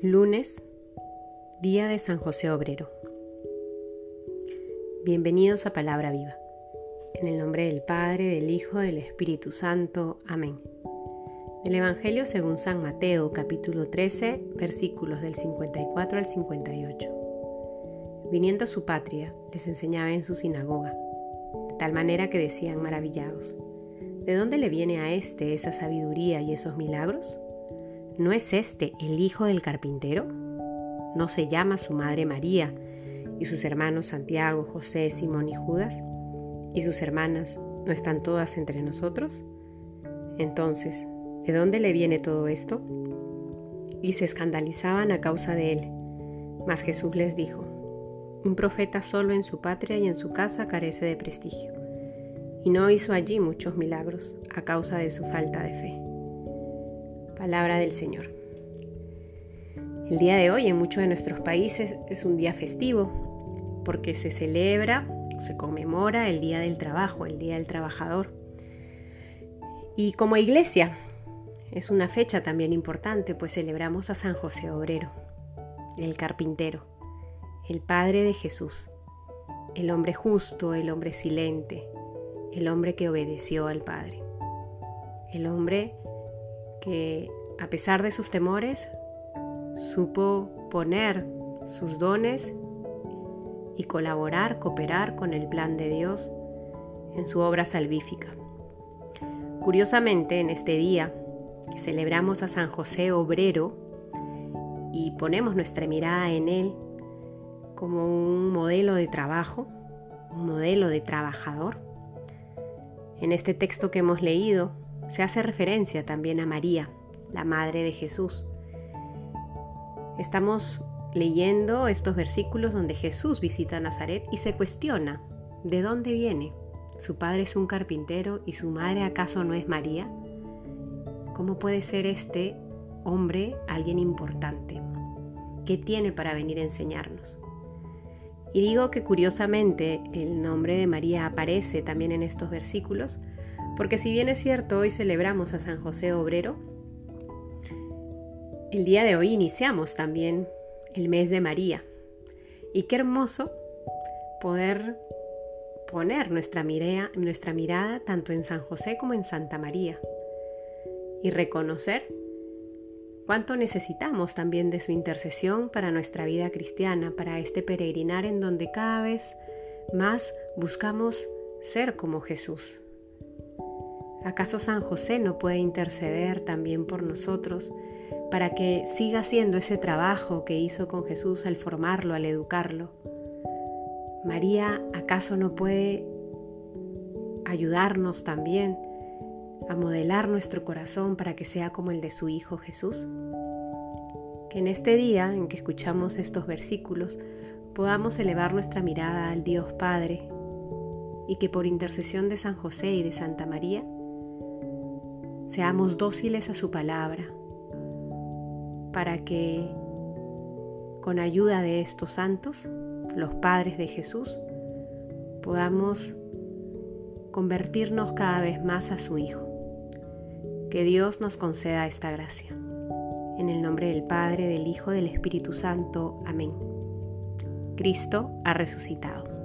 Lunes, día de San José Obrero. Bienvenidos a Palabra Viva. En el nombre del Padre, del Hijo, del Espíritu Santo. Amén. Del Evangelio según San Mateo, capítulo 13, versículos del 54 al 58. Viniendo a su patria, les enseñaba en su sinagoga, de tal manera que decían maravillados: ¿de dónde le viene a éste esa sabiduría y esos milagros? ¿No es este el hijo del carpintero? ¿No se llama su madre María, y sus hermanos Santiago, José, Simón y Judas? ¿Y sus hermanas no están todas entre nosotros? Entonces, ¿de dónde le viene todo esto? Y se escandalizaban a causa de él. Mas Jesús les dijo: un profeta solo en su patria y en su casa carece de prestigio. Y no hizo allí muchos milagros a causa de su falta de fe. Palabra del Señor. El día de hoy en muchos de nuestros países es un día festivo porque se celebra, se conmemora el Día del Trabajo, el Día del Trabajador. Y como iglesia es una fecha también importante, pues celebramos a San José Obrero, el carpintero, el Padre de Jesús, el hombre justo, el hombre silente, el hombre que obedeció al Padre, el hombre que a pesar de sus temores supo poner sus dones y cooperar con el plan de Dios en su obra salvífica. Curiosamente, en este día que celebramos a San José Obrero y ponemos nuestra mirada en él como un modelo de trabajo, un modelo de trabajador, en este texto que hemos leído se hace referencia también a María, la madre de Jesús. Estamos leyendo estos versículos donde Jesús visita Nazaret y se cuestiona ¿de dónde viene? ¿Su padre es un carpintero y su madre acaso no es María? ¿Cómo puede ser este hombre alguien importante? ¿Qué tiene para venir a enseñarnos? Y digo que curiosamente el nombre de María aparece también en estos versículos, porque si bien es cierto, hoy celebramos a San José Obrero, el día de hoy iniciamos también el mes de María. Y qué hermoso poder poner nuestra mirada tanto en San José como en Santa María y reconocer cuánto necesitamos también de su intercesión para nuestra vida cristiana, para este peregrinar en donde cada vez más buscamos ser como Jesús. ¿Acaso San José no puede interceder también por nosotros para que siga haciendo ese trabajo que hizo con Jesús al formarlo, al educarlo? ¿María acaso no puede ayudarnos también a modelar nuestro corazón para que sea como el de su Hijo Jesús? Que en este día en que escuchamos estos versículos podamos elevar nuestra mirada al Dios Padre y que por intercesión de San José y de Santa María seamos dóciles a su palabra para que con ayuda de estos santos, los padres de Jesús, podamos convertirnos cada vez más a su Hijo. Que Dios nos conceda esta gracia. En el nombre del Padre, del Hijo, del Espíritu Santo. Amén. Cristo ha resucitado.